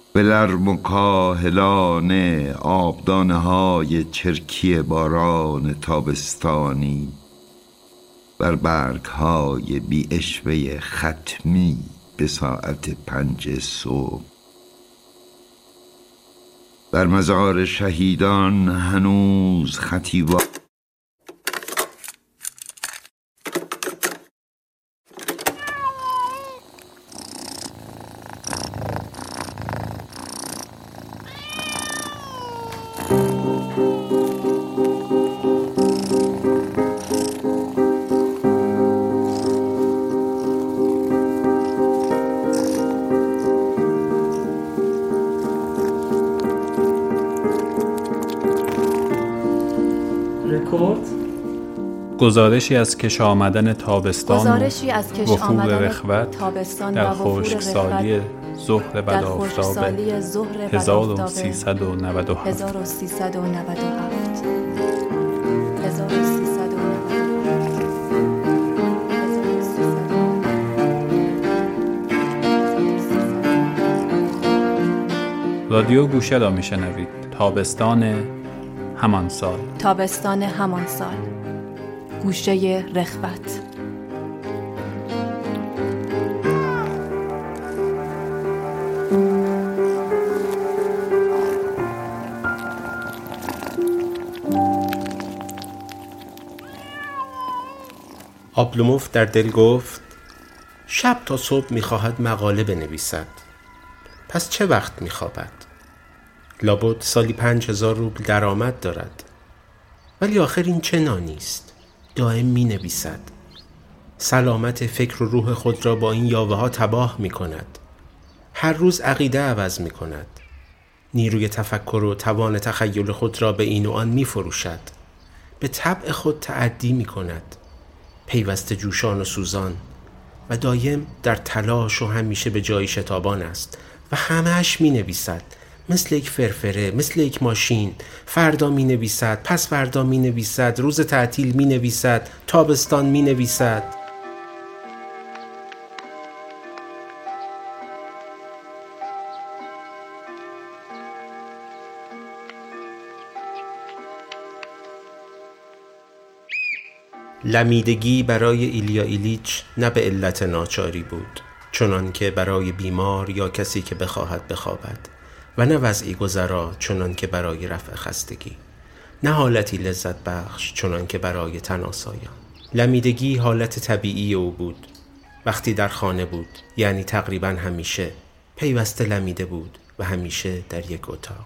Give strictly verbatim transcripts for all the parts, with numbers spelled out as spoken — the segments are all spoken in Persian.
به لرم و کاهلانه آبدانه های چرکی باران تابستانی بر برگ های بی اشوه ختمی به ساعت پنج صبح. بر مزار شهیدان هنوز خطیبان گزارشی از کش آمدن تابستان گزارشی از کش وفور آمدن رخوت تابستان در و وفور خشکسالی رخوت ظهر در بدآفتاب خشکسالی ظهر هزار و بدآفتاب سیصد و نود و هفت. هزار و سیصد و نود و هفت. هزار و سیصد و نود و هفت. رادیو گوشه را میشنوید. تابستان همان سال. تابستان همان سال. گوشه رخوت. آبلوموف در دل گفت شب تا صبح میخواهد مقاله بنویسد. پس چه وقت میخوابد؟ لابد سالی پنج هزار روبل درآمد دارد. ولی آخر این چه نانیست؟ دائم مینویسد. سلامت فکر و روح خود را با این یاوه ها تباه میکند. هر روز عقیده عوض میکند. نیروی تفکر و توان تخیل خود را به این و آن میفروشد. به طبع خود تعدی میکند. پیوسته جوشان و سوزان و دایم در تلاش و همیشه به جای شتابان است و همه‌اش می نویسد، مثل یک فرفره، مثل یک ماشین. فردا می نویسد، پس فردا می نویسد، روز تعطیل می نویسد، تابستان می نویسد. لمیدگی برای ایلیا ایلیچ نه به علت ناچاری بود، چنان که برای بیمار یا کسی که بخواهد بخوابد، و نه وضعی گذرا چنان که برای رفع خستگی، نه حالتی لذت بخش چنان که برای تن آسایان. لمیدگی حالت طبیعی او بود. وقتی در خانه بود، یعنی تقریبا همیشه، پیوسته لمیده بود و همیشه در یک اتاق.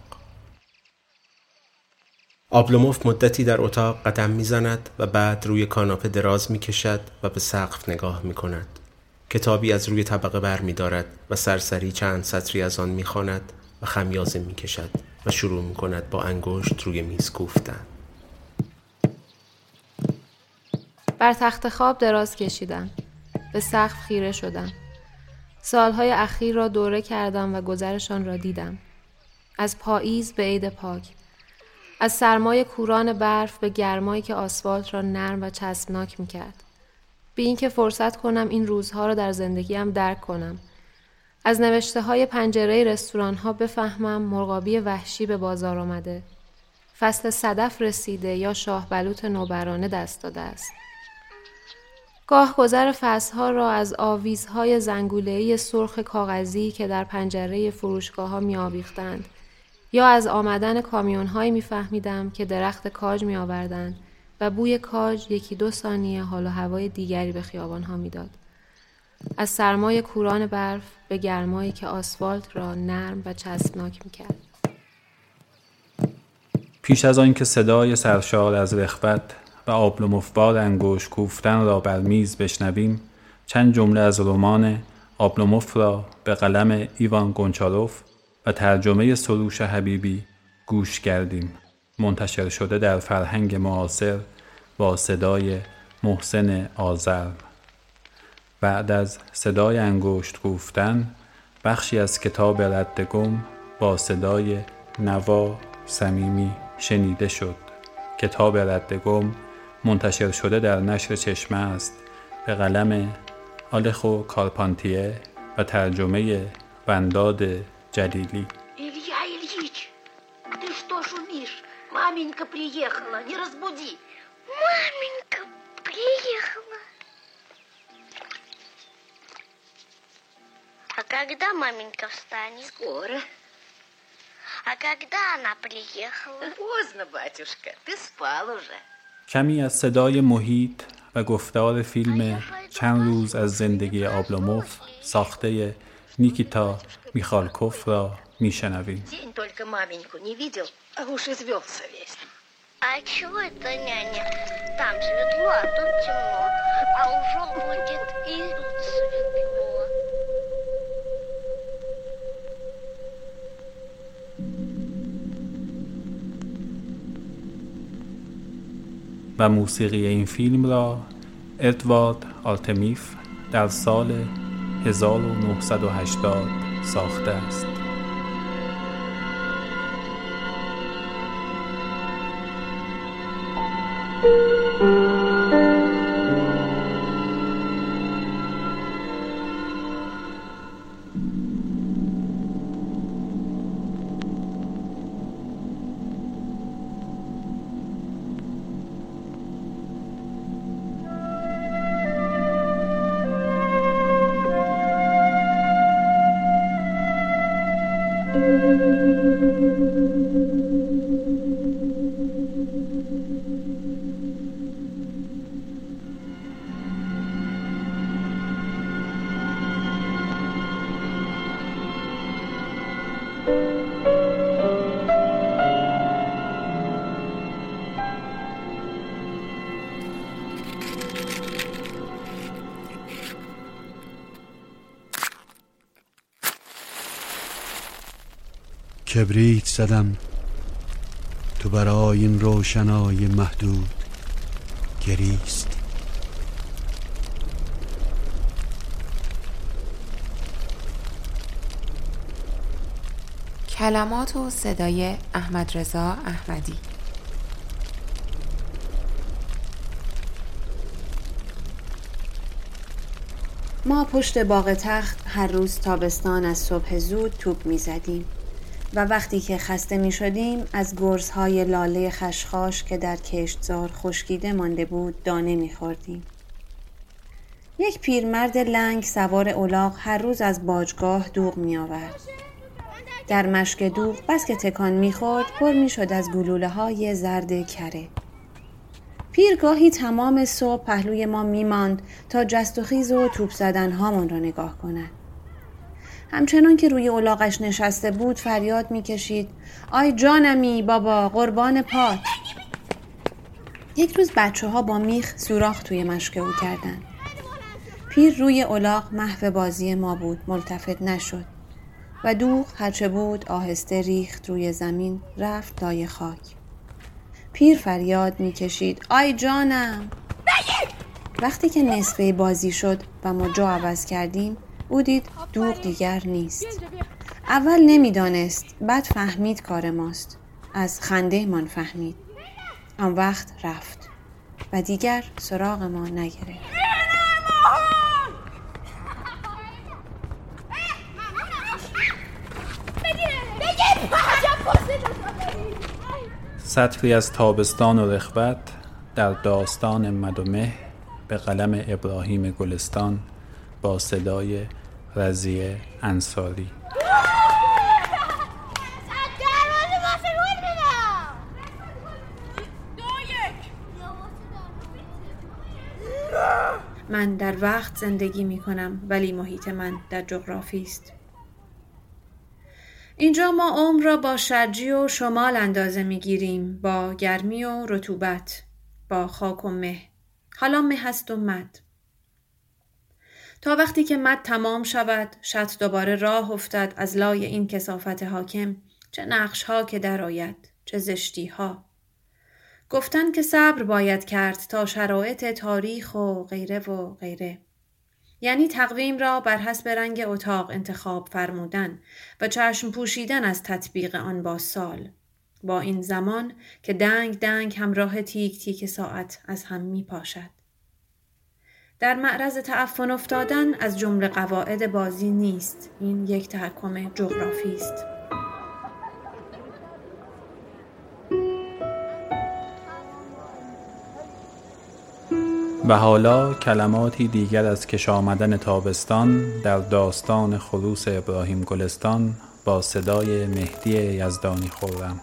آبلوموف مدتی در اتاق قدم میزند و بعد روی کاناپه دراز میکشد و به سقف نگاه میکند. کتابی از روی طبقه بر میدارد و سرسری چند سطری از آن میخواند و خمیازه میکشد و شروع میکند با انگشت روی میز کوفتن. بر تخت خواب دراز کشیدم. به سقف خیره شدم. سالهای اخیر را دوره کردم و گذرشان را دیدم. از پاییز به عید پاک. از سرمای کوران برف به گرمایی که آسفالت را نرم و چسبناک می‌کرد. به این که فرصت کنم این روزها را در زندگیم درک کنم. از نوشته‌های پنجره رستوران‌ها بفهمم مرغابی وحشی به بازار آمده. فصل صدف رسیده یا شاه بلوط نوبرانه دست داده است. گاه گذر فصل‌ها را از آویزهای زنگوله‌ای سرخ کاغذی که در پنجره فروشگاه‌ها می‌آویختند، یا از آمدن کامیون‌هایی می‌فهمیدم که درخت کاج می‌آوردند و بوی کاج یکی دو ثانیه حال و هوای دیگری به خیابان‌ها می‌داد. از سرمای کوران برف به گرمایی که آسفالت را نرم و چسبناک می‌کرد. پیش از آن که صدای سرشار از رخوت و آبلوموف‌بار انگشت کوفتن را بر میز بشنویم، چند جمله از رمان آبلوموف را به قلم ایوان گونچاروف و ترجمه سروش حبیبی گوش کردیم. منتشر شده در فرهنگ معاصر با صدای محسن آذرم. بعد از صدای انگشت کوفتن، بخشی از کتاب ردگم با صدای نوا صمیمی شنیده شد. کتاب ردگم منتشر شده در نشر چشمه است به قلم آلخو کارپانتیه و ترجمه بنداد جلیلی. Илья Ильич, ты что шумишь? Маменька приехала, не разбуди. Маменька приехала. А когда маменька встанет? Скоро. А когда она приехала? Поздно, батюшка, ты spal уже. کمی از صدای محیط و گفتار فیلم چند روز از زندگی آبلوموف ساخته نیکیتا میخالکوف را میشنویم. День только маменьку не видел, а уж извелся весь. А чего это, няня? Там светло, а тут темно. А уже будет и тут светло. و موسیقی این فیلم را ادوارد آرتمیف در سال هزار و نهصد و هشتاد ساخته است. کبریت زدم تو برای این روشنای محدود گریست. کلمات و صدای احمد رضا احمدی. ما پشت باغ تخت هر روز تابستان از صبح زود توپ می زدیم و وقتی که خسته می شدیم از گرزهای لاله خشخاش که در کشتزار خشکیده مانده بود دانه می خوردیم. یک پیرمرد لنگ سوار الاغ هر روز از باجگاه دوغ می آورد. در مشک دوغ بس که تکان می خورد پر می شد از گلوله های زرد کره. پیرگاهی تمام صبح پهلوی ما می ماند تا جست و خیز و توپ زدن هامان را نگاه کند. همچنان که روی الاغش نشسته بود فریاد می کشید آی جانمی بابا قربان پات. یک روز بچه ها با میخ سوراخ توی مشک او کردن. پیر روی الاغ محو بازی ما بود، ملتفت نشد و دوغ هرچه بود آهسته ریخت روی زمین، رفت لای خاک. پیر فریاد می کشید آی جانم. وقتی که نصفه بازی شد و ما جا عوض کردیم او دید دوغ دیگر نیست. اول نمیدانست، بعد فهمید کار ماست. از خنده من فهمید. آن وقت رفت و دیگر سراغ ما نگرفت. سطری از تابستان و رغبت در داستان مد و مه به قلم ابراهیم گلستان با صدای رضیه انصاری. من در وقت زندگی می کنم ولی محیط من در جغرافی است. اینجا ما عمر را با شرجی و شمال اندازه می گیریم، با گرمی و رطوبت، با خاک و مه. حالا مه هست و مد. تا وقتی که مد تمام شود، شط دوباره راه افتد از لای این کثافت حاکم، چه نقش ها که در آید، چه زشتی ها. گفتن که صبر باید کرد تا شرایط تاریخ و غیره و غیره. یعنی تقویم را بر حسب رنگ اتاق انتخاب فرمودن و چشم پوشیدن از تطبیق آن با سال، با این زمان که دنگ دنگ همراه تیک تیک ساعت از هم می پاشد. در معرض تعفن افتادن از جمله قواعد بازی نیست. این یک تحکم جغرافی است. و حالا کلماتی دیگر از کش آمدن تابستان در داستان خروس ابراهیم گلستان با صدای مهدی یزدانی خورم.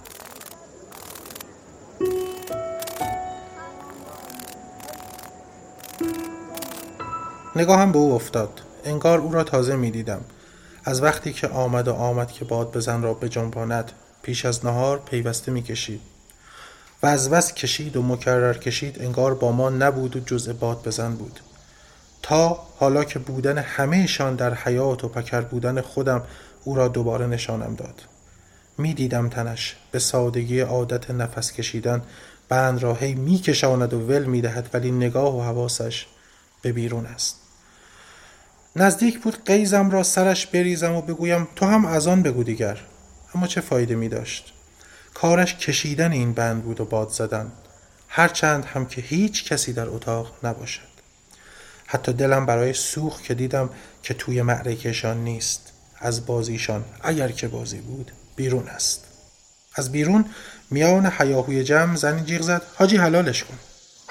نگاهم به او افتاد. انگار او را تازه می دیدم. از وقتی که آمد و آمد که باد بزن را بجنباند، پیش از نهار پیوسته می کشید و از بس کشید و مکرر کشید انگار با ما نبود و جزء باد بزن بود. تا حالا که بودن همهشان در حیات و پکر بودن خودم او را دوباره نشانم داد. می دیدم تنش به سادگی عادت نفس کشیدن بند را هی می کشاند و ول می دهد، ولی نگاه و حواسش به بیرون است. نزدیک بود قیزم را سرش بریزم و بگویم تو هم از آن بگو دیگر، اما چه فایده می داشت؟ کارش کشیدن این بند بود و باد زدن، هرچند هم که هیچ کسی در اتاق نباشد. حتی دلم برای سوخت که دیدم که توی معرکه‌شان نیست، از بازیشان اگر که بازی بود بیرون است. از بیرون میان هیاهوی جمع زنی جیغ زد حاجی حلالش کن.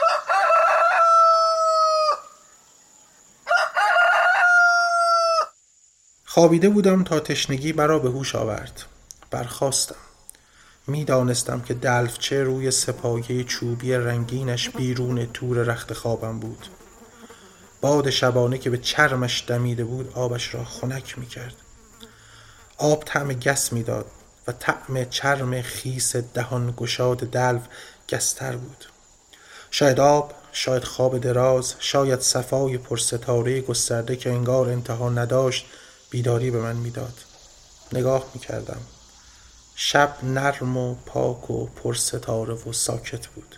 خوابیده بودم تا تشنگی مرا به هوش آورد. برخاستم. می دانستم که دلفچه روی سپایه چوبی رنگینش بیرون تور رخت خوابم بود. باد شبانه که به چرمش دمیده بود آبش را خنک می کرد. آب طعم گس می داد و طعم چرم خیس دهان گشاد دلو گستر بود. شاید آب، شاید خواب دراز، شاید صفای پرستاره گسترده که انگار انتها نداشت بیداری به من میداد. نگاه میکردم. شب نرم و پاک و پرستاره و ساکت بود.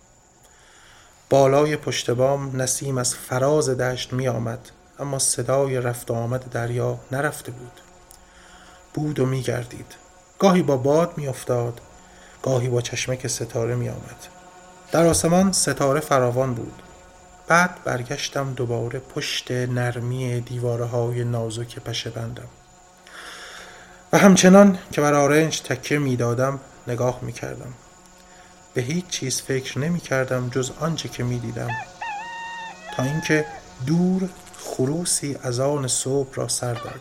بالای پشت بام نسیم از فراز دشت می آمد، اما صدای رفت و آمد دریا نرفته بود. بود و می گردید. گاهی با باد می افتاد، گاهی با چشمک ستاره می آمد. در آسمان ستاره فراوان بود. بعد برگشتم دوباره پشت نرمی دیوارهای نازک پشه بندم و همچنان که بر آرنج تکیه می دادم نگاه می کردم. به هیچ چیز فکر نمی کردم جز آنچه که می دیدم، تا اینکه دور خروسی از آن صبح را سر داد.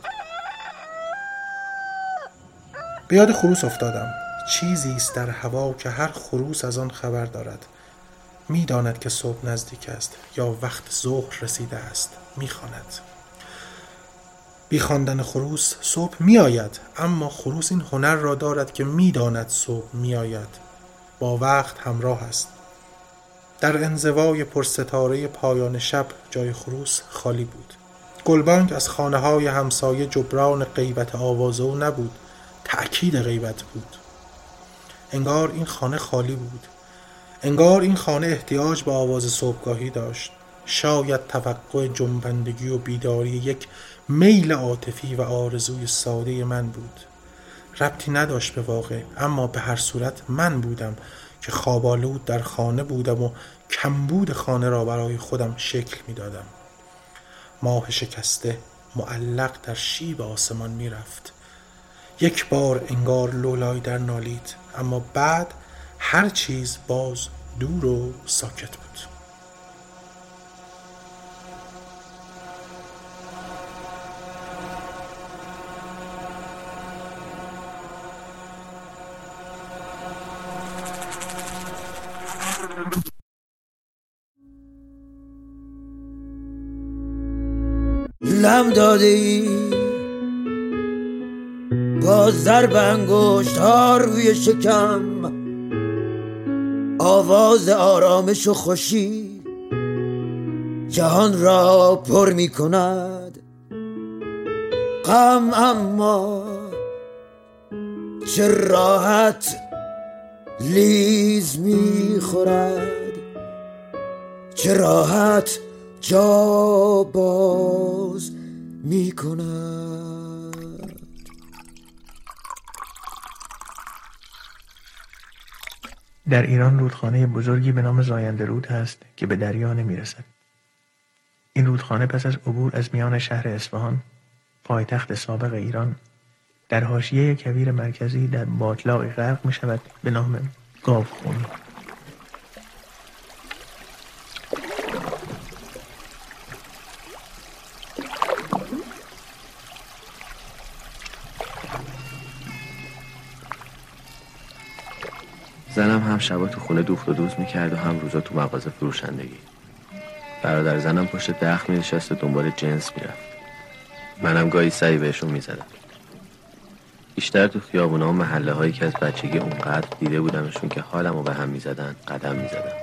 به یاد خروس افتادم. چیزی است در هوا که هر خروس از آن خبر دارد. می داند که صبح نزدیک است یا وقت ظهر رسیده است. می خواند. بی خواندن خروس صبح می آید، اما خروس این هنر را دارد که می داند صبح می آید. با وقت همراه است. در انزوای پرستاره پایان شب جای خروس خالی بود. گلبانگ از خانه های همسایه جبران غیبت آواز او نبود، تأکید غیبت بود. انگار این خانه خالی بود. انگار این خانه احتیاج به آواز صبحگاهی داشت. شاید توقع جنبندگی و بیداری یک میل عاطفی و آرزوی ساده من بود. ربطی نداشت به واقع، اما به هر صورت من بودم که خوابالود در خانه بودم و کمبود خانه را برای خودم شکل می دادم. ماه شکسته معلق در شیب آسمان می رفت. یک بار انگار لولای در نالید، اما بعد هر چیز باز دور و ساکت بود. لم داده ای با ضرب انگشت ها روی شکم، آواز آرامش و خوشی جهان را پر می کند. غم اما چه راحت لیز می خورد، چه راحت جا باز می کند. در ایران رودخانه بزرگی به نام زاینده رود هست که به دریا نمی رسد. این رودخانه پس از عبور از میان شهر اصفهان، پایتخت سابق ایران، در حاشیه کویر مرکزی در باتلاقی غرق می شود به نام گاوخونی. زنم هم شبا تو خونه دوخت و دوز میکرد و هم روزا تو مغازه فروشندگی. برادر زنم پشت دخل می‌نشست و دنبال جنس میرفت. منم گاهی سعی بهشون میزدم. بیشتر تو خیابونا و محله هایی که از بچگی اونقدر دیده بودمشون که حالمو به هم میزدن قدم میزدم.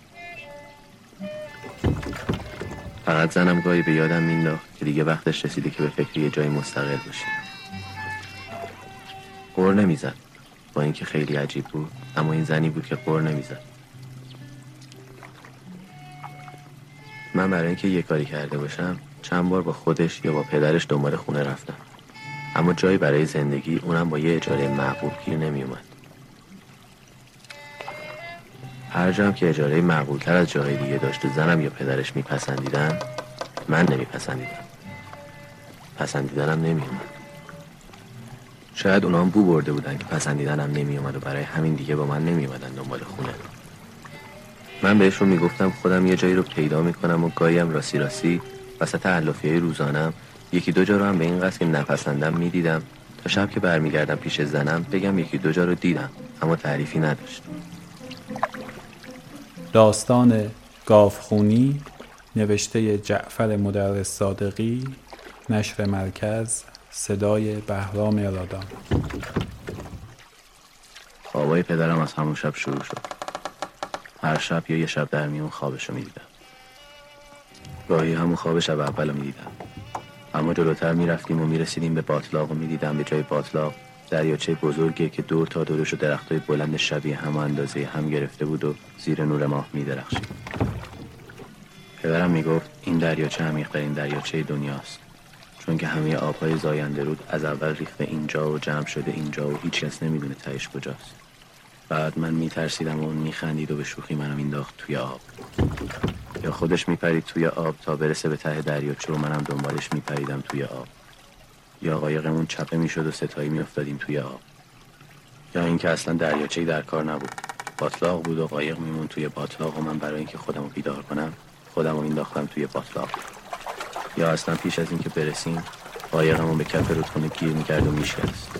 فقط زنم گاهی به یادم مینداخت که دیگه وقتش رسیده که به فکر یه جای مستقل باشیم. قر نمیزد، با اینکه خیلی عجیب بود، اما این زنی بود که قر نمیزد. من برای اینکه یه کاری کرده باشم چند بار با خودش یا با پدرش دنبال خونه رفتم، اما جایی برای زندگی، اونم با یه اجاره معقول، گیر نمی اومد. هر جام که اجاره معقول‌تر از جای دیگه داشت و زنم یا پدرش میپسندیدن، من نمیپسندیدم. پسندیدنم نمی اومد. شاید اونا هم بو برده بودن که پسندیدنم نمی اومد و برای همین دیگه با من نمی اومدن دنبال خونه. من بهشون میگفتم خودم یه جایی رو پیدا میکنم و گاهی هم راستی راستی وسط علافی‌های روزانم یکی دو جا رو هم به این قصد که نپسندم میدیدم تا شب که برمیگردم پیش زنم بگم یکی دو جا رو دیدم اما تعریفی نداشت. داستان گاوخونی نوشته جعفر مدرس صادقی، نشر مرکز، صدای بهرام ارادان. خوابای پدرم از همون شب شروع شد. هر شب یا یه شب در میون خوابشو میدیدم. گاهی همون خواب شب اولو میدیدم، اما جلوتر میرفتیم و میرسیدیم به باتلاق و میدیدم به جای باتلاق دریاچه بزرگی که دور تا دورش و درختای بلند شبیه هم اندازه هم گرفته بود و زیر نور ماه میدرخشید. پدرم میگفت این دریاچه عمیق‌ترین دریاچه دنیاست، چون که همه آبهای زاینده رود از اول ریخته اینجا و جمع شده اینجا و هیچ کس نمیدونه تهش کجاست. بعد من میترسیدم و اون میخندید و به شوخی منو مینداخت توی آب، یا خودش میپرید توی آب تا برسه به ته دریاچه و منم دنبالش میپریدم توی آب، یا قایقمون چپه میشد و ستایی میافتادیم توی آب، یا اینکه اصلا دریاچه‌ای در کار نبود، باتلاق بود و قایق میمون توی باتلاق و من برای اینکه خودمو بیدار کنم خودمو مینداختم توی باتلاق، یا اصلا پیش از اینکه برسیم قایقمون به کف رودخونه گیر میکرد و میشکست.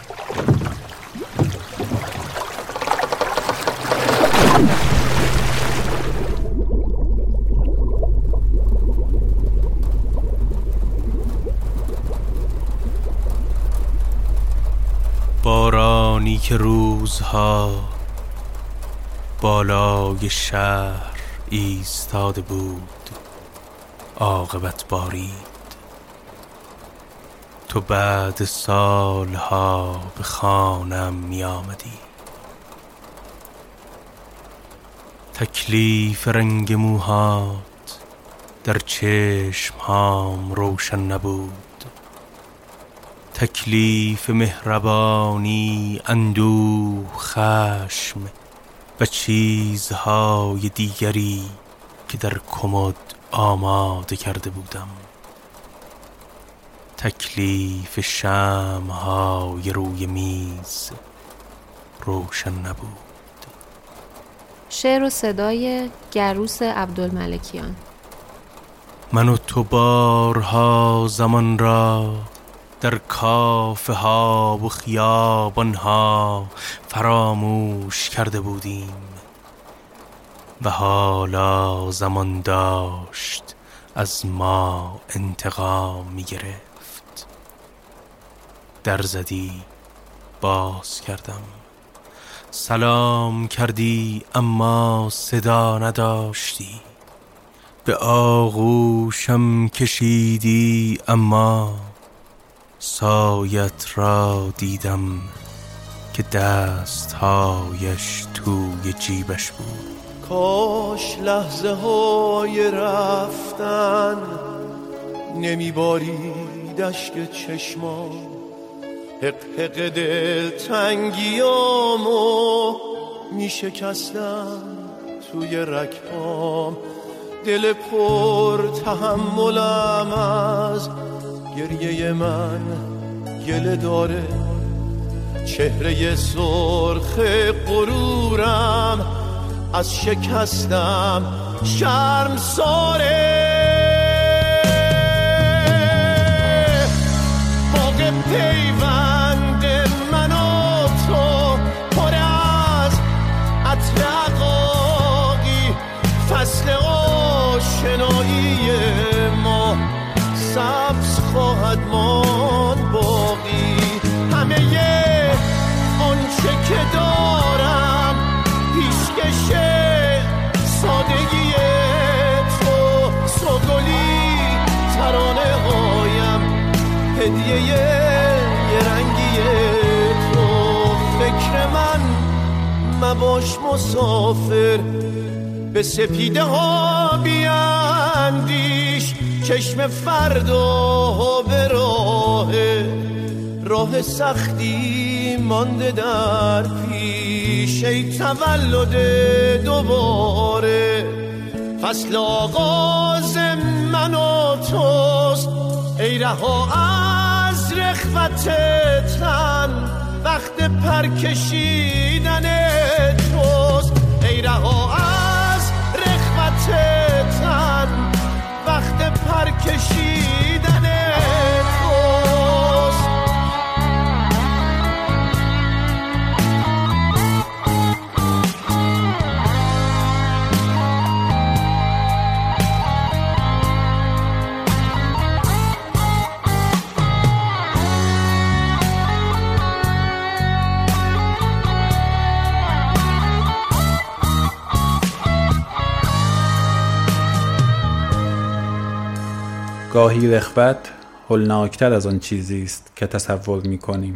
بارانی که روزها بالای شهر ایستاده بود عاقبت بارید. تو بعد سالها به خانم می آمدی. تکلیف رنگ موهات در چشم هام روشن نبود. تکلیف مهربانی، اندوه، خشم و چیزهای دیگری که در کمد آماده کرده بودم. تکلیف شمع‌های روی میز روشن نبود. شعر و صدای گروس عبدالملکیان. من و تو بارها زمان را در کافه ها و خیابان ها فراموش کرده بودیم و حالا زمان داشت از ما انتقام می گرفت. در زدی، باز کردم، سلام کردی اما صدا نداشتی، به آغوشم کشیدی اما سایت را دیدم که دستهایش توی جیبش بود. کاش لحظه های رفتن نمیبارید اشک چشمان، حق حق دل تنگیامو میشکستم توی رکام. دل پر تحملم از گریه من گله داره، چهره سرخ غرورم از شکستم شرم ساره. باغ پیوند من و تو پر از عطر عقاقی، فصل آشنایی ما سبز خواهد ماند باقی. همه آنچه که دارم پیشکش سادگی تو، سوگلی ترانه هایم هدیه یه رنگی تو. فکر من مباش مسافر، به سپیده ها بیاندیش، چشم فردا به راه راه سختی مانده در پیش. ای تولد دوباره، فصل آغاز من و توست، ای رها از رخوت تن، وقت پرکشیدن توست. ای رها از رخوت تن، وقت پرکشیدن توست. گاهی رغبت هولناکتر از آن چیزی است که تصور می‌کنیم.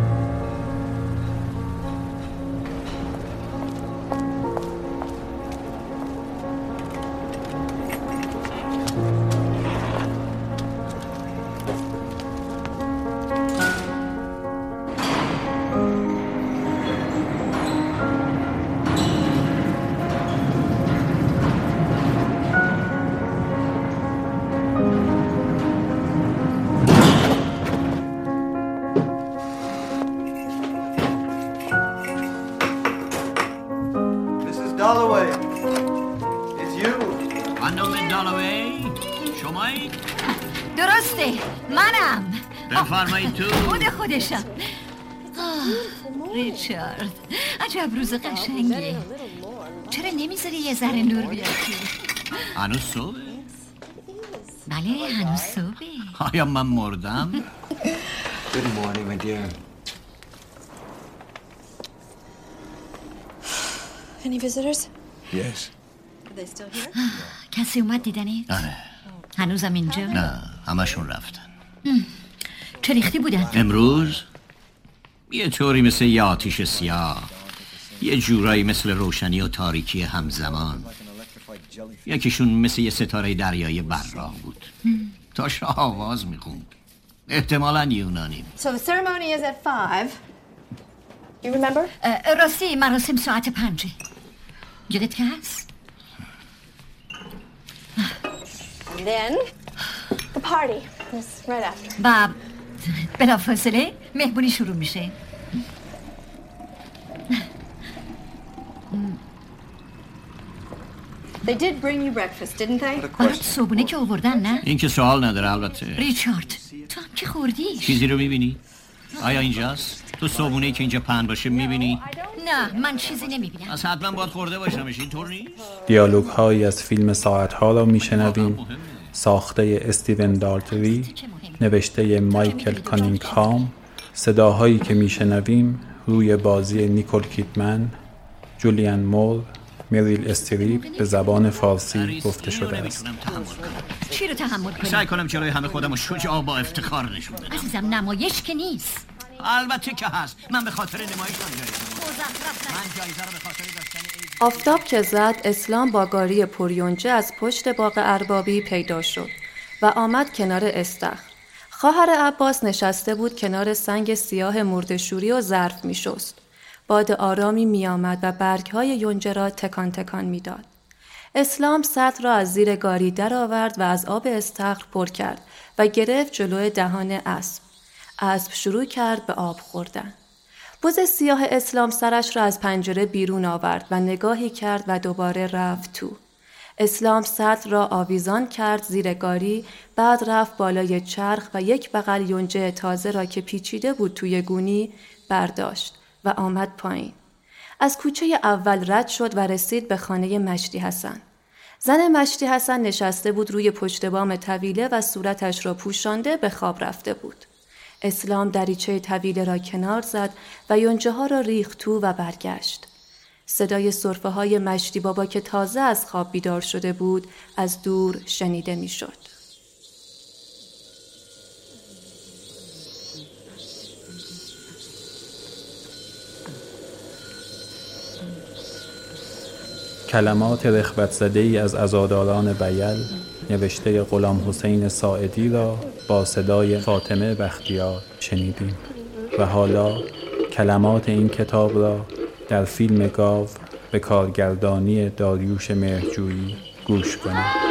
Dalloway, it's you. خانم دالوی، شمایی؟ درسته، منم. بفرمایید تو. خود خودشم. ریچارد، عجب روز قشنگی. چرا نمیذاری یه ذره نور بیاد؟ هنوز صبح؟ بله، هنوز صبح. آیا من مردم؟ Good morning, my dear. Any visitors? Yes. Are they still here? کسی اومد دیدنی؟ آره. هنوزم اینجا؟ نه، همشون رفتن. چه ریختی بودن؟ امروز یه طوری مثل یه آتیش سیاه، یه جورایی مثل روشنی و تاریکی همزمان. یکیشون مثل یه ستاره دریایی براق بود. تاش آواز میخوند. احتمالاً یونانی. So the ceremony is at five. You remember? راستی مراسم ساعت پنجه. یادت که هست؟ And then the party is right after. و بلافاصله مهمونی شروع میشه. They did bring you breakfast, didn't they? برات صبحونه که آوردن نه؟ این که سوال نداره البته. ریچارد، تو هم که خوردی؟ چیزی رو میبینی؟ آیا اینجاست؟ تو صبحونه که اینجا پهن باشه میبینی؟ نه، من چیزی نمیبینم. از حتما باید خورده باشمش، اینطور نیست؟ دیالوگ هایی از فیلم ساعتها را میشنویم، ساخته استیون دالتری، نوشته مایکل کانینگهام. صداهایی که میشنویم روی بازی نیکول کیدمن، جولیان مور، میریل استریپ به زبان فارسی گفته شده است. چی رو تحمل کنی؟ سعی کنم جلوی همه خودم و شجاع با افتخار نشون بدم. عزیزم نمایش که نیست. البته که هست. من به خاطر نمایش من جایزه رو به خاطر داشتن آفتاب که زد، اسلام با گاری پریونجه از پشت باغ اربابی پیدا شد و آمد کنار استخر. خواهر عباس نشسته بود کنار سنگ سیاه مرده‌شوری و ظرف می‌شست. باد آرامی می آمد و برگ‌های یونجه را تکان تکان می داد. اسلام سطل را از زیر گاری درآورد و از آب استخر پر کرد و گرفت جلوی دهان اسب. اسب شروع کرد به آب خوردن. بز سیاه اسلام سرش را از پنجره بیرون آورد و نگاهی کرد و دوباره رفت تو. اسلام سطل را آویزان کرد زیر گاری، بعد رفت بالای چرخ و یک بغل یونجه تازه را که پیچیده بود توی گونی برداشت و آمد پایین. از کوچه اول رد شد و رسید به خانه مشتی حسن. زن مشتی حسن نشسته بود روی پشت بام طویله و صورتش را پوشانده به خواب رفته بود. اسلام دریچه طویله را کنار زد و یونجه ها را ریخت تو و برگشت. صدای سرفه های مشتی بابا که تازه از خواب بیدار شده بود از دور شنیده می شد. کلمات رغبت زده‌ای از عزاداران بیل نوشته غلام حسین ساعدی را با صدای فاطمه بختیار شنیدیم و حالا کلمات این کتاب را در فیلم گاو به کارگردانی داریوش مهرجویی گوش کنید.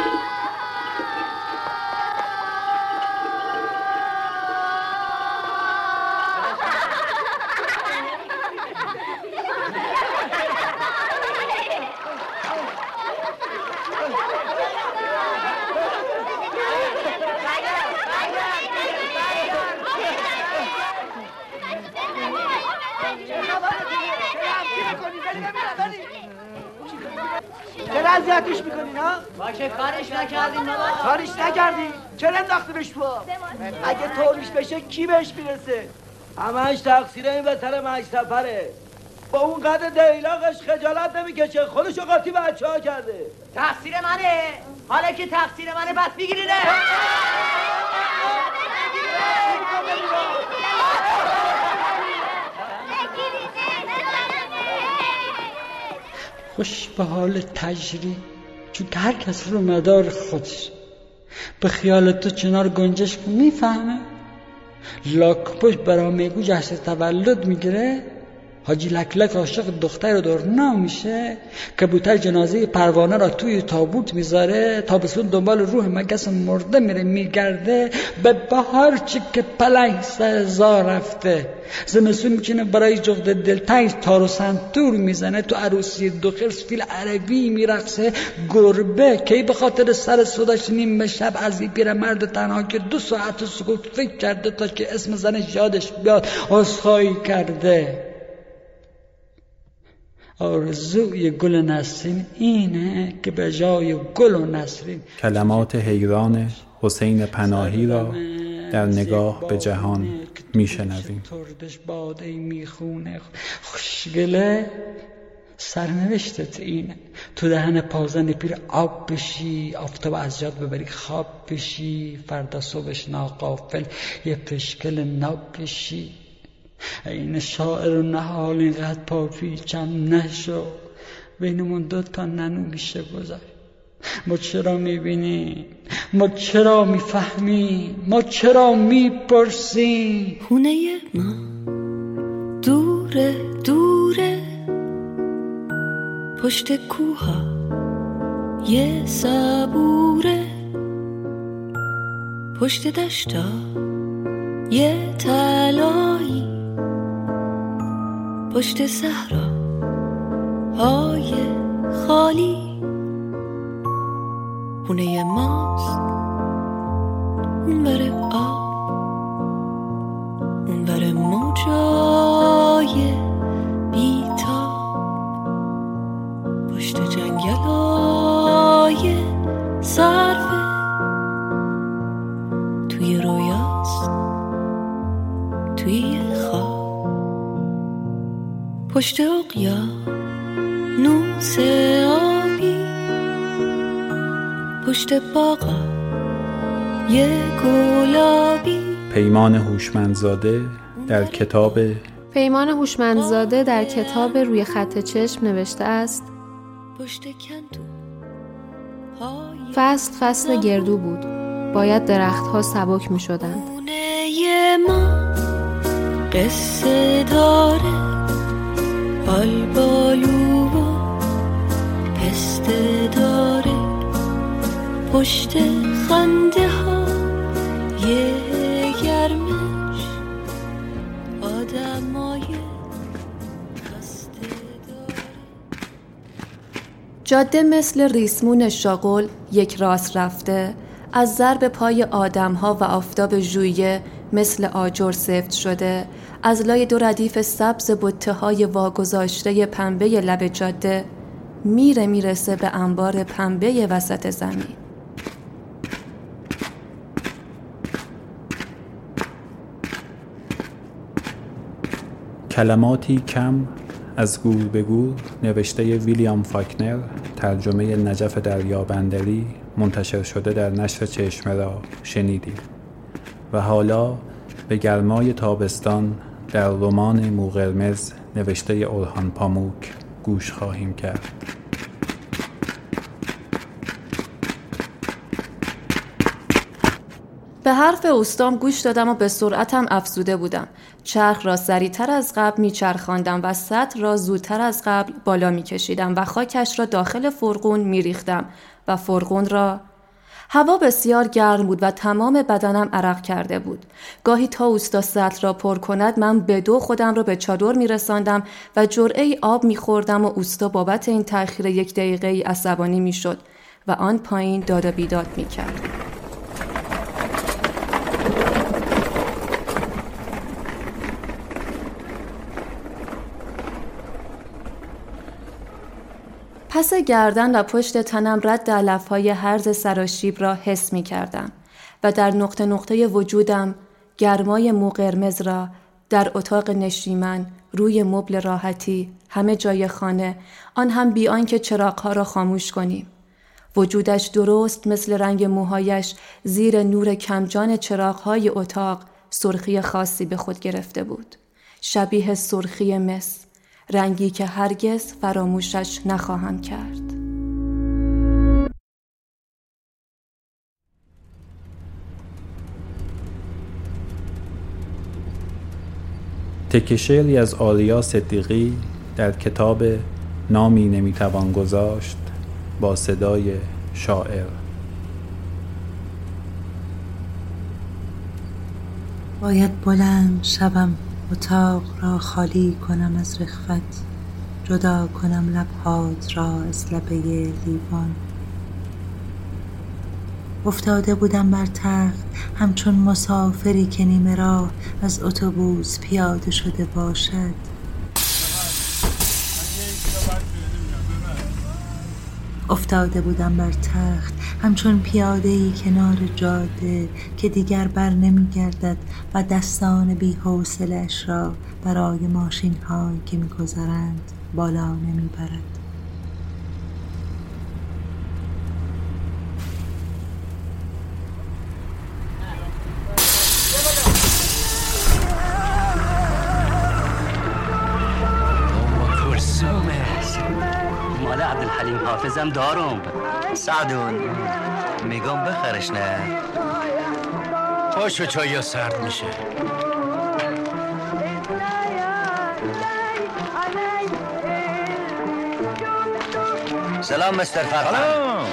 چرا اذیتش میکنین ها؟ ما که کارش نکردیم بابا. کارش نکردی؟ چرا انداختیمش تو؟ اگه طوریش بشه کی بهش میرسه؟ همش تقصیر این وتر مش سفره. با اون قدر دیلاقش خجالت نمیکشه، خودشو قاطی بچه ها کرده. تقصیر منه؟ حالا که تقصیر منه بس میگیرینه؟ خوش به حال تجری، چون هر کس رو مدار خودش. به خیال تو چنار گنجش میفهمه؟ لاکپوش برا میگو جشن تولد میگیره؟ حاجی لکلک عاشق دختر دورنا میشه؟ کبوتر جنازه پروانه را توی تابوت میذاره؟ تابستون دنبال روح مگس مرده میره میگرده؟ به بهار چی که پلنگ سر زا رفته، زمستون میکنه برای جغد دلتنگ تار و سنتور میزنه، تو عروسی دو خرس فیل عربی میرقصه. گربه کی به خاطر سر صداش نیم شب از این پیرمرد تنها که دو ساعت سکوت فکر کرده تا که اسم زنش یادش بیاد عذرخواهی کرده. آرزوی گل و نسرین اینه که به جای گل و نسرین. کلمات حیران حسین پناهی را در نگاه به جهان میشنویم. تردش باده میخونه خوشگله، سرنوشتت اینه تو دهن پازن پیر آب بشی، آفتاب از جاد ببری خواب بشی، فردا صبحش ناقافل یه پشکل ناب بشی. این شاعر و نهال اینقدر پا پیچم نشو، بینمون دو تا ننو میشه گذار. ما چرا میبینیم؟ ما چرا میفهمیم؟ ما چرا میپرسیم؟ خونه ما دوره دوره، پشت کوها یه صبوره، پشت دشتا یه تلایی، پشت صحرا های خالی. خونه ماست اون بره آب، اون بره موجای بیتاب، پشت جنگل های صرفه، توی رویاست توی خواب، پشت اقیانوس آبی، پشت باغا یه گلابی. پیمان هوشمندزاده در کتاب پیمان هوشمندزاده در کتاب روی خط چشم نوشته است: فصل فصل گردو بود، باید درختها سبک می شدند. خونه ما قصه داره، آلبالو و پسته داره پشت خنده ها یه گرمش آدمای خسته داره. جاده مثل ریسمون شاغل یک راست رفته از ضرب پای آدم‌ها و آفتاب ژوئیه مثل آجر سفت شده، از لای دو ردیف سبز بته‌های واگذاشته پنبه لب جاده میره میرسه به انبار پنبه وسط زمین. کلماتی کم از گور به گور نوشته ویلیام فاکنر، ترجمه نجف دریابندری، منتشر شده در نشر چشمه را شنیدیم. و حالا به گرمای تابستان در رمان مو قرمز نوشته اورهان پاموک گوش خواهیم کرد. به حرف اوستام گوش دادم و به سرعتم افزوده بودم. چرخ را سریعتر از قبل میچرخاندم و سطل را زودتر از قبل بالا میکشیدم و خاکش را داخل فرغون میریختم و فرغون را. هوا بسیار گرم بود و تمام بدنم عرق کرده بود. گاهی تا اوستا سطل را پر کند من به دو خودم را به چادر میرساندم و جرعه ای آب میخوردم و اوستا بابت این تأخیر یک دقیقه ای عصبانی میشد و آن پایین داد و بیداد میکرد. پس گردن و پشت تنم رد علفهای هرز سراشیب را حس می کردم و در نقطه نقطه وجودم گرمای مو قرمز را در اتاق نشیمن روی مبل راحتی همه جای خانه، آن هم بی آنکه چراغ‌ها را خاموش کنیم. وجودش درست مثل رنگ موهایش زیر نور کمجان چراغ‌های اتاق سرخی خاصی به خود گرفته بود، شبیه سرخی مس، رنگی که هرگز فراموشش نخواهم کرد. تکه شعری از آریا صدیقی در کتاب نامی نمیتوان گذاشت با صدای شاعر. باید بلند شوم، اتاق را خالی کنم از رخوت، جدا کنم لبهات را از لبه لیوان. افتاده بودم بر تخت همچون مسافری که نیمه راه از اتوبوس پیاده شده باشد. افتاده بودم بر تخت همچون پیاده‌ای کنار جاده که دیگر بر نمی گردد و دستان بی حوصله‌اش را برای ماشین هایی که می گذرند بالا نمی برد. مال عبدالحلیم حافظم دارم. سعدون میگم بخرش نه. پاشو چایی سرد میشه. سلام مستر فرهاد.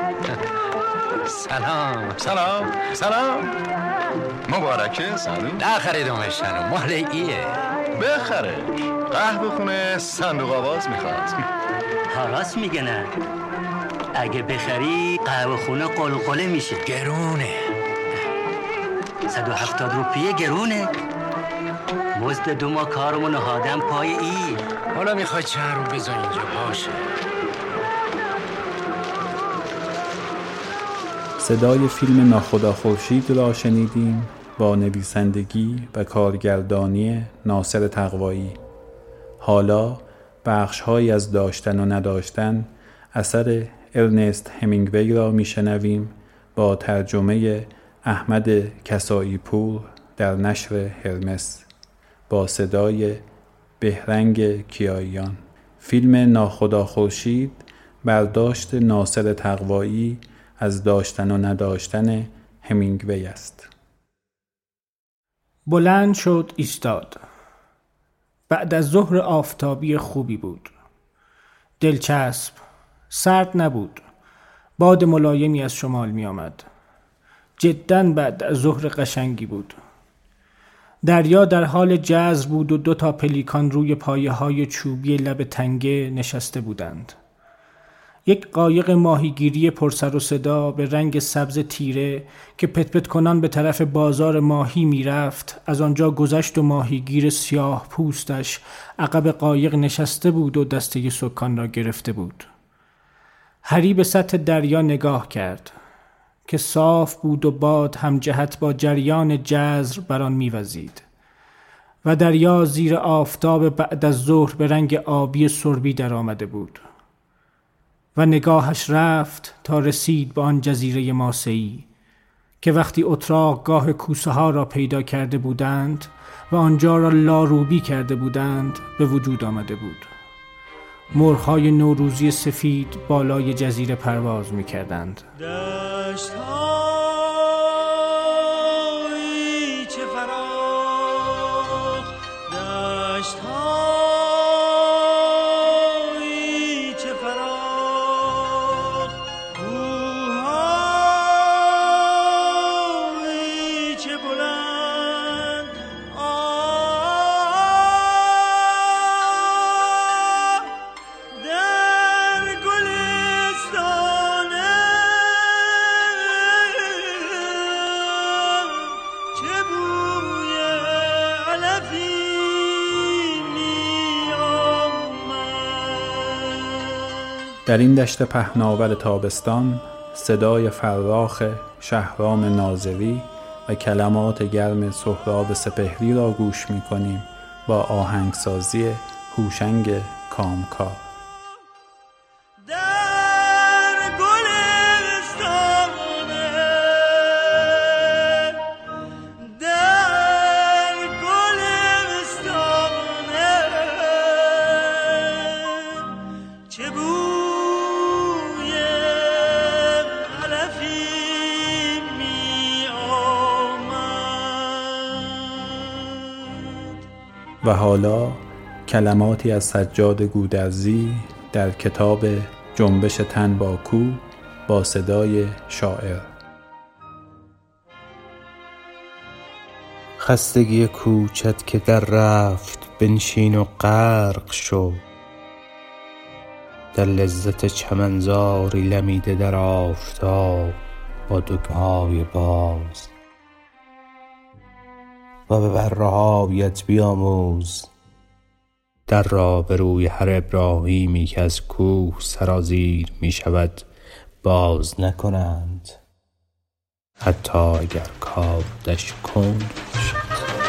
سلام سلام سلام مبارکه. سلام نخریدمش هنو، مال ایه. بخره. قهوه خونه صندوق آواز میخواد. راست میگه نه، اگه بخری قهوه خونه قلقله میشه. گرونه. صد و هفتاد روپیه گرونه. مزد دو ماه کارمو نهادم پای ای. حالا میخوای چند رو بذار اینجا باشه. صدای فیلم ناخدا خورشید را شنیدیم با نویسندگی و کارگردانی ناصر تقوایی. حالا بخش‌هایی از داشتن و نداشتن اثر ارنست همینگوی را میشنویم با ترجمه احمد کسایی پور در نشر هرمس با صدای بهرنگ کیاییان. فیلم ناخدا خورشید برداشت ناصر تقوایی از داشتن و نداشتن همینگوی است. بلند شد ایستاد. بعد از ظهر آفتابی خوبی بود. دلچسب، سرد نبود. باد ملایمی از شمال می آمد. جداً بعد از ظهر قشنگی بود. دریا در حال جزر بود و دو تا پلیکان روی پایه های چوبی لب تنگه نشسته بودند. یک قایق ماهیگیری پرسر و صدا به رنگ سبز تیره که پت پت کنان به طرف بازار ماهی می رفت از آنجا گذشت و ماهیگیر سیاه پوستش عقب قایق نشسته بود و دسته سکان را گرفته بود. هری به سطح دریا نگاه کرد که صاف بود و باد هم جهت با جریان جزر بر آن می‌وزید و دریا زیر آفتاب بعد از ظهر به رنگ آبی سربی در آمده بود و نگاهش رفت تا رسید به آن جزیره ماسه‌ای که وقتی اتراق گاه کوسه ها را پیدا کرده بودند و آنجا را لاروبی کرده بودند به وجود آمده بود. مرغ‌های نوروزی سفید بالای جزیره پرواز می‌کردند. دشت‌هایی چه فراخ، دشت‌هایی چه فراخ، کوه‌هایی چه بلند، در این دشت پهناور تابستان صدای فراخ شهرام ناظری و کلمات گرم سهراب سپهری را گوش می کنیم با آهنگسازی هوشنگ کامکار. و حالا کلماتی از سجاد گودرزی در کتاب جنبش تن با کو با صدای شاعر. خستگی کوچت که در رفت بنشین و غرق شو، در لذت چمنزاری لمیده در آفتاب با دگهای باز و به برهایت بیاموز در را به روی هر ابراهیمی که از کوه سرازیر می شود باز نکنند، حتی اگر کاردش کند باشد.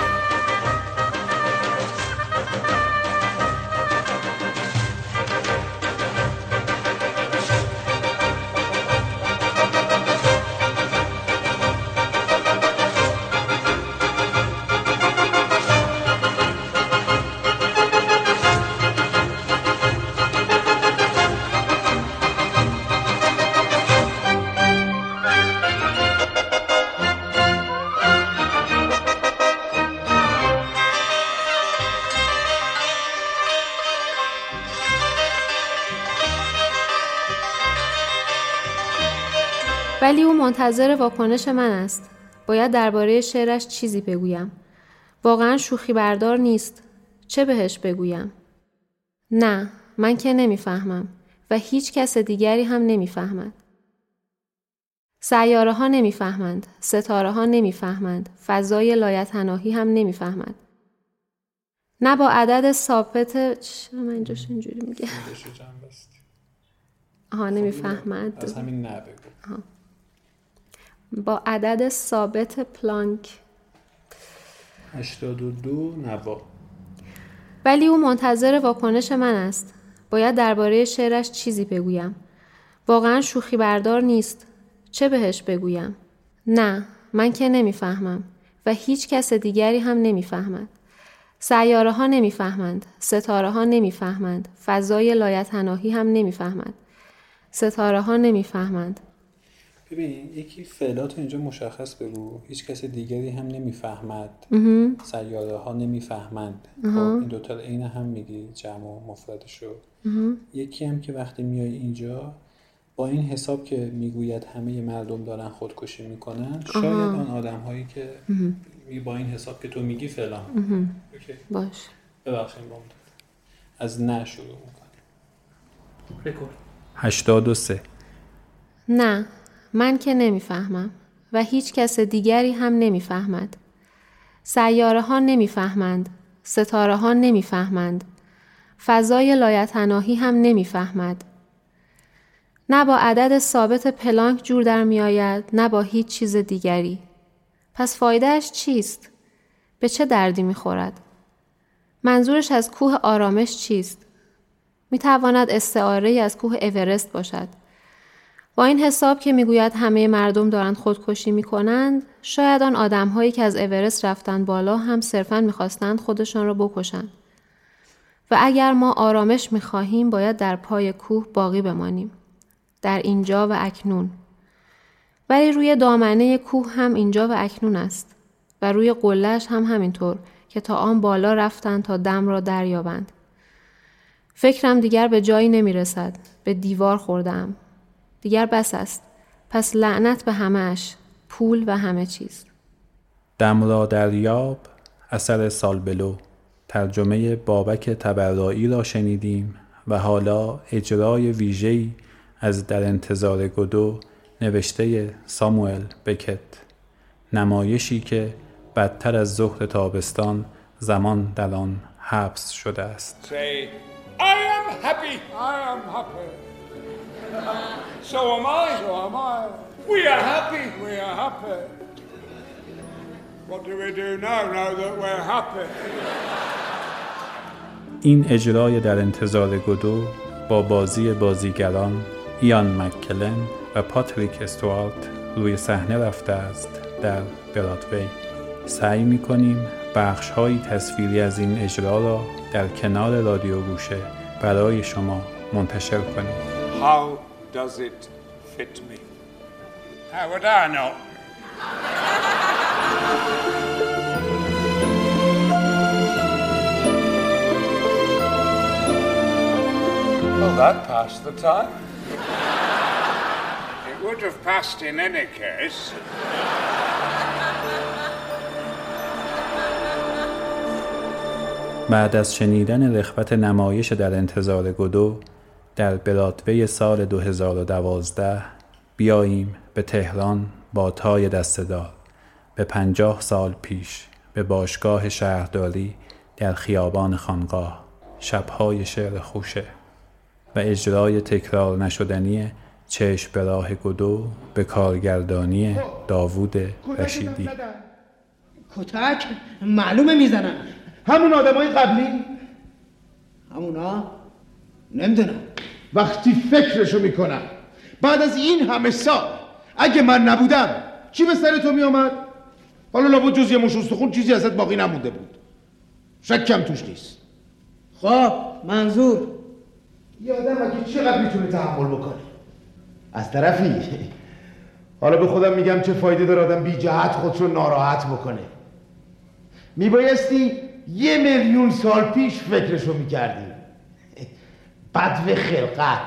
ولی او منتظر واکنش من است. باید درباره شعرش چیزی بگویم. واقعا شوخی بردار نیست. چه بهش بگویم؟ نه، من که نمیفهمم و هیچ کس دیگری هم نمیفهمد. سیاره ها نمیفهمند، ستاره ها نمیفهمند، فضای لایتناهی هم نمیفهمد. نه با عدد ثابت چرا من اینجاش اینجوری میگم؟ آها نمیفهمد. از همین نه بگو. با عدد ثابت پلانک هشتاد و دو نوا. ولی او منتظر واکنش من است. باید درباره شعرش چیزی بگویم. واقعا شوخی بردار نیست. چه بهش بگویم؟ نه، من که نمیفهمم و هیچ کس دیگری هم نمیفهمد. سیاره ها نمیفهمند، ستاره ها نمیفهمند، فضای لایتناهی هم نمیفهمد. ستاره ها نمیفهمند. ببین یکی فعلات اینجا مشخص بگو. هیچ کس دیگری هم نمیفهمد. سیاره ها نمیفهمند. خب این دوتا این هم میگی جمع و مفردشو. یکی هم که وقتی میای اینجا با این حساب که میگوید همه مردم دارن خودکشی میکنن، شاید آن آدم هایی که می با این حساب که تو میگی فلان. باش. ببخشید بامداد. از نه شروع میکنیم. رکورد. هشتاد و سه. نه، من که نمیفهمم و هیچ کس دیگری هم نمیفهمد. سیاره ها نمیفهمند، ستاره ها نمیفهمند، فضای لایتناهی هم نمیفهمد. نه با عدد ثابت پلانک جور در می آید، نه با هیچ چیز دیگری. پس فایدهش چیست؟ به چه دردی می خورد؟ منظورش از کوه آرامش چیست؟ می تواند استعاره از کوه اورست باشد. با این حساب که می گوید همه مردم دارند خودکشی می کنند، شاید آن آدم هایی که از اورست رفتن بالا هم صرفاً می خواستند خودشان را بکشند. و اگر ما آرامش می خواهیم باید در پای کوه باقی بمانیم. در اینجا و اکنون. ولی روی دامنه کوه هم اینجا و اکنون است. و روی قله‌اش هم همینطور که تا آن بالا رفتند تا دم را دریابند. فکرم دیگر به جایی نمی رسد. به دیوار خوردم. دیگر بس است. پس لعنت به همه‌اش. پول و همه چیز. دم را دریاب، اثر سالبلو. ترجمه بابک تبرایی را شنیدیم و حالا اجرای ویژه‌ای از در انتظار گودو نوشته ساموئل بکت. نمایشی که بدتر از ظهر تابستان زمان در آن حبس شده است. Say, I am happy. I am happy. So am I. So am I. We are happy. We are happy. What do we do now, now that we're happy? این اجرای در انتظار گودو با بازی بازیگران ایان مککلن و پاتریک استوارت روی صحنه رفته است در برادوی. سعی می‌کنیم بخش‌های تصویری از این اجرا را در کنار رادیو گوشه برای شما منتشر کنیم. How does it fit me? How would I know? Well, that passed the time. It would have passed in any case. بعد از شنیدن رغبت نمایش در انتظار گودو در برادوی سال دو هزار و دوازده بیاییم به تهران با تای دسته‌دار به پنجاه سال پیش به باشگاه شهرداری در خیابان خانقاه، شب‌های شعر خوشه و اجرای تکرار نشدنی چشم به راه گودو به کارگردانی داوود رشیدی. کتک معلومه میزنن. همون آدمای قبلی؟ همونا؟ نمیدونم. وقتی فکرشو میکنم بعد از این همه سال اگه من نبودم چی به سر تو میامد؟ حالا لابد جز یه مش استخون چیزی ازت باقی نمونده بود. شکم توش نیست. خب منظور یه آدم اگه چقدر میتونه تحمل بکنه؟ از طرفی حالا به خودم میگم چه فایده داره آدم بی جهت خودشو ناراحت بکنه. میبایستی یه میلیون سال پیش فکرشو میکردی. بدو خلقت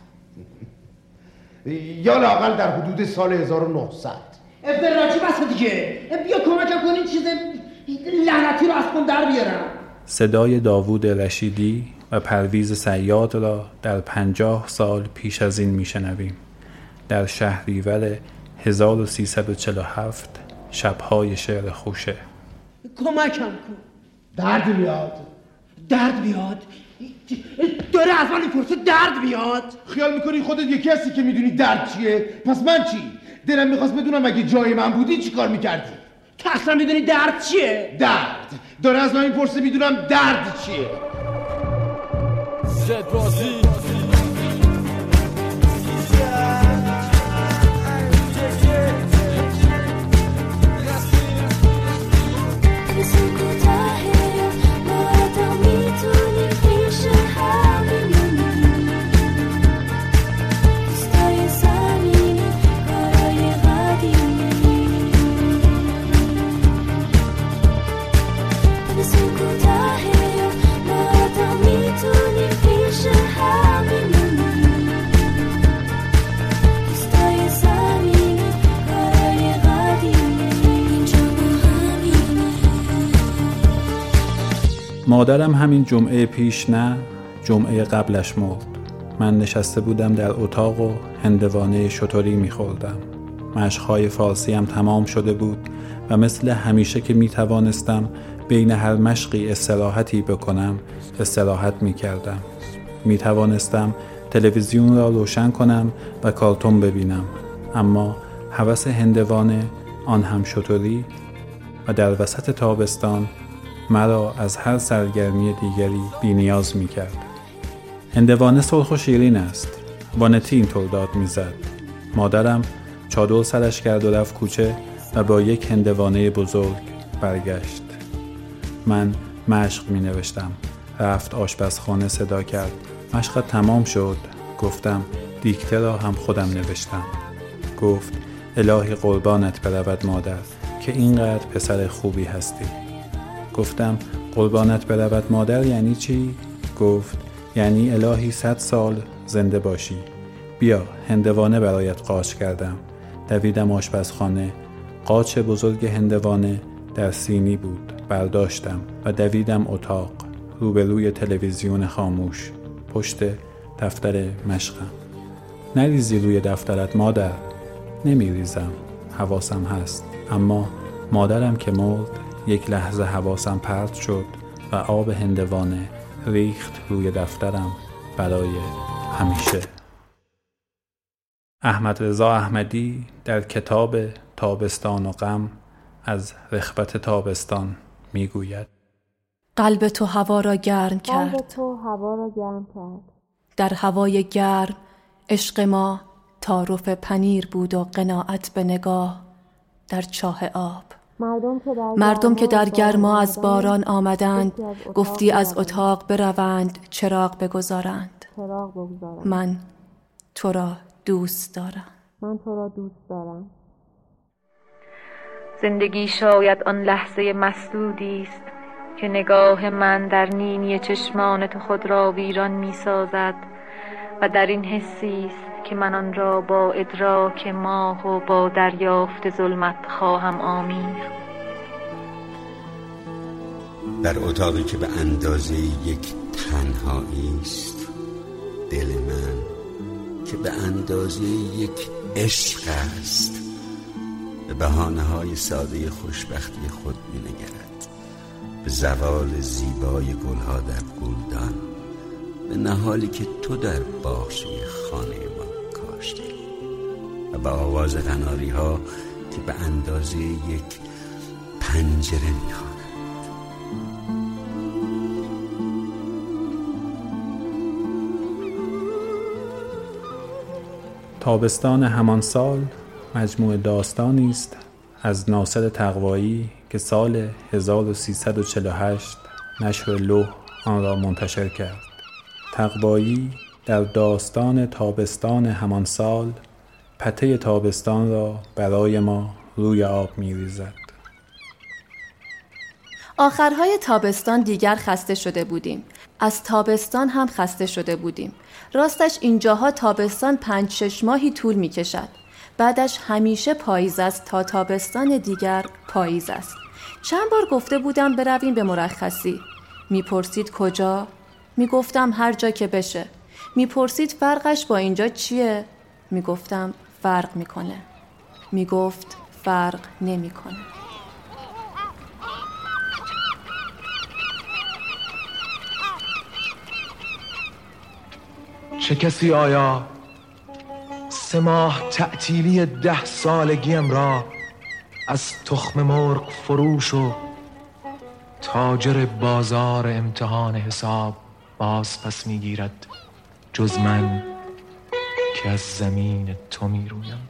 یا لااقل در حدود سال هزار و نهصد. افتراجی بسه دیگه. بیا کمکم کنین چیز لعنتی رو از کن در بیارم. صدای داوود رشیدی و پرویز صیاد را در پنجاه سال پیش از این میشنویم در شهریور هزار و سیصد و چهل و هفت شب‌های شعر خوشه. کمکم کن. درد میاد. درد میاد. داره از من میپرسه درد میاد. خیال میکنی خودت یکی هستی که میدونی درد چیه؟ پس من چی؟ دلم میخواست بدونم اگه جای من بودی چی کار میکردی؟ تو اصلا میدونی درد چیه؟ درد. داره از من میپرسه میدونم درد چیه. زد بازی میتونی پیش هم مادرم همین جمعه پیش نه، جمعه قبلش مرد. من نشسته بودم در اتاق و هندوانه شتری می‌خوردم. مشق‌های فارسی هم تمام شده بود و مثل همیشه که می‌توانستم بین هر مشقی استراحتی بکنم، استراحت می‌کردم. می‌توانستم تلویزیون را روشن کنم و کارتون ببینم، اما هوس هندوانه، آن هم شتری، و در وسط تابستان مرا از هر سرگرمی دیگری بی‌نیاز می‌کرد. هندوانه سرخ و شیرین است. وانتی اینطور داد می‌زد. مادرم چادر سرش کرد و رفت کوچه و با یک هندوانه بزرگ برگشت. من مشق می نوشتم. رفت آشپزخانه صدا کرد. مشقت تمام شد. گفتم دیکته را هم خودم نوشتم. گفت الهی قربانت برود مادر که اینقدر پسر خوبی هستی. گفتم قربانت برود مادر یعنی چی؟ گفت یعنی الهی صد سال زنده باشی. بیا هندوانه برایت قاچ کردم. دویدم آشپزخانه. قاچ بزرگ هندوانه در سینی بود. برداشتم و دویدم اتاق، روبروی تلویزیون خاموش، پشت دفتر مشقم. نریزی روی دفترت مادر. نمیریزم، حواسم هست. اما مادرم که مرد، یک لحظه حواسم پرت شد و آب هندوانه ریخت روی دفترم برای همیشه. احمد رضا احمدی در کتاب تابستان و غم از رخوت تابستان میگوید: قلب تو هوا را گرم کرد. قلب تو هوا را گرم کرد. در هوای گرم عشق ما تعارف پنیر بود و قناعت به نگاه در چاه آب. مردم که در, مردم که در گرما از باران آمدند، گفتی از اتاق بروند چراغ بگذارند. چراغ بگذارند. من تو را دوست دارم. من تو را دوست دارم. زندگی شاید آن لحظه مسدودی است که نگاه من در نینی چشمان تو خود را ویران می سازد و در این حسی است که من آن را با ادراک ماه و با دریافت ظلمت خواهم آمیخت. در اتاقی که به اندازه یک تنهایی است، دل من که به اندازه یک عشق است، به بهانه‌های ساده خوشبختی خود می‌نگرد، به زوال زیبای گلها در گلدان، به نهالی که تو در باغچه خانه ما کاشتی و به آواز قناری‌ها که به اندازه یک پنجره می‌خواند. تابستان همان سال مجموع داستانی است از ناصر تقوایی که سال هزار و سیصد و چهل و هشت نشر لوح آن را منتشر کرد. تقوایی در داستان تابستان همان سال پته تابستان را برای ما روی آب می‌ریزد. آخرهای تابستان دیگر خسته شده بودیم. از تابستان هم خسته شده بودیم. راستش اینجاها تابستان پنج شش ماهی طول می کشد. بعدش همیشه پاییز است تا تابستان دیگر پاییز است. چند بار گفته بودم برویم به مرخصی. می پرسید کجا؟ می گفتم هر جا که بشه. می پرسید فرقش با اینجا چیه؟ می گفتم فرق می کنه. می گفت فرق نمی کنه. چه کسی آیا سه ماه تعطیلی ده سالگیم را از تخم مرغ فروش و تاجر بازار امتحان حساب باز پس میگیرد جز من که از زمین تو میرویم؟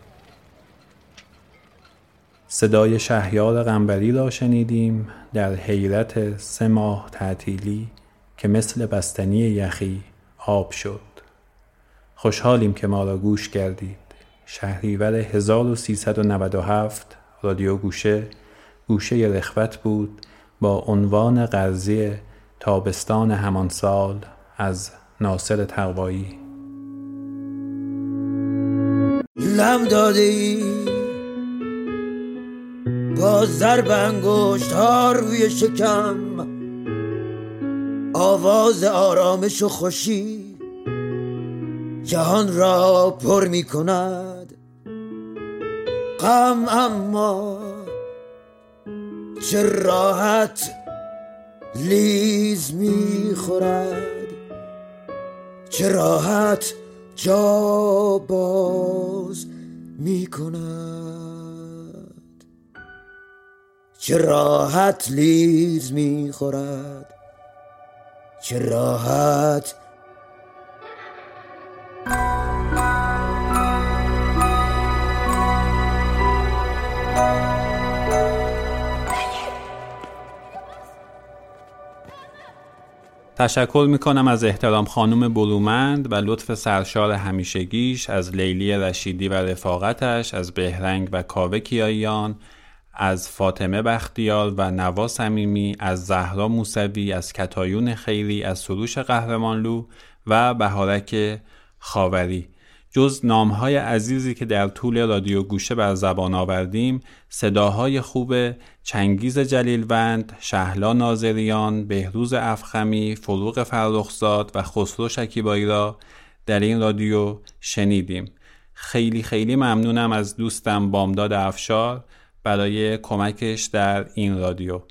صدای شهریار قنبری را شنیدیم در حیرت سه ماه تعطیلی که مثل بستنی یخی آب شد. خوشحالیم که ما را گوش کردید. شهریور هزار و سیصد و نود و هفت رادیو گوشه گوشه رخوت بود با عنوان قرضی تابستان همان سال از ناصر تقوایی. لم داده ای با ضرب انگشت ها روی شکم، آواز آرامش و خوشی جهان را پر می کند. غم اما چه راحت لیز می خورد، چه راحت جا باز می کند، چه راحت لیز می خورد، چه راحت. تشکر میکنم از احترام خانم برومند و لطف سرشار همیشگیش، از لیلی رشیدی و رفاقتش، از بهرنگ و کاوه کیاییان، از فاطمه بختیار و نوا صمیمی، از زهرا موسوی، از کتایون خیری، از سروش قهرمانلو و بهارک خاوری. جز نامهای عزیزی که در طول رادیو گوشه بر زبان آوردیم، صداهای خوب چنگیز جلیلوند، شهلا ناظریان، بهروز افخمی، فروغ فرخزاد و خسرو شکیبایی را در این رادیو شنیدیم. خیلی خیلی ممنونم از دوستم بامداد افشار برای کمکش در این رادیو.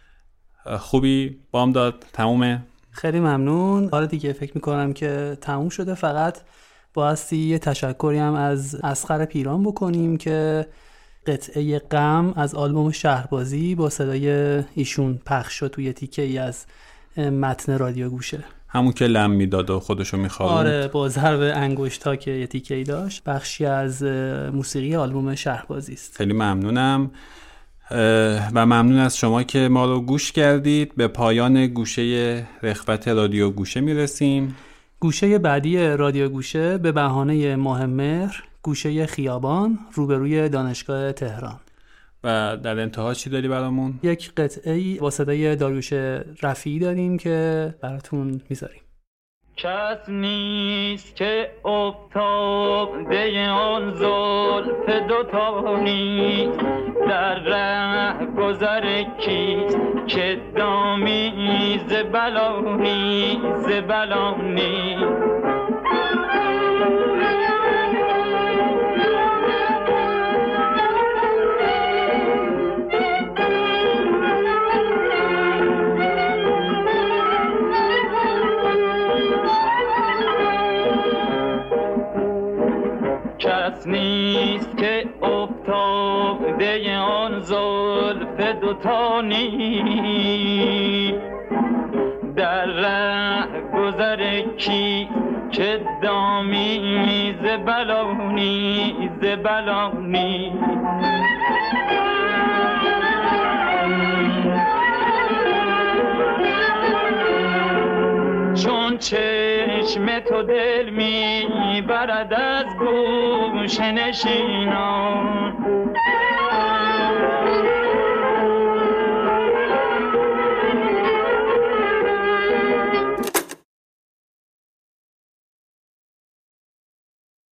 خوبی بامداد؟ تمومه؟ خیلی ممنون. آره دیگه، فکر میکنم که تموم شده. فقط بایستی یه تشکری هم از اصغر پیران بکنیم که قطعه غم از آلبوم شهربازی با صدای ایشون پخش شد توی تیکه ای از متن رادیو گوشه، همون که لم میداد و خودشو میخواند. آره، با ضرب انگشتا که یه تیکه ای داشت. بخشی از موسیقی آلبوم شهربازی است. خیلی ممنونم و ممنون از شما که ما رو گوش کردید. به پایان گوشه رخوت رادیو گوشه میرسیم. گوشه بعدی رادیو گوشه به بهانه ماه مهر، گوشه خیابان روبروی دانشگاه تهران. و در انتها چی داری برامون؟ یک قطعه‌ای با صدای داریوش رفیعی داریم که براتون میذاریم. کس نیست که افتاده آن زلف دوتا نیست، در ره گذر کیست که دامی ز بلانی ز بلانی. کس نیست که افتاده آن زلف دوتا نیست، در ره گذر کی که دامی ز بلانی ز بلانی. چون چشم تو دل می برد از گوش نشینان،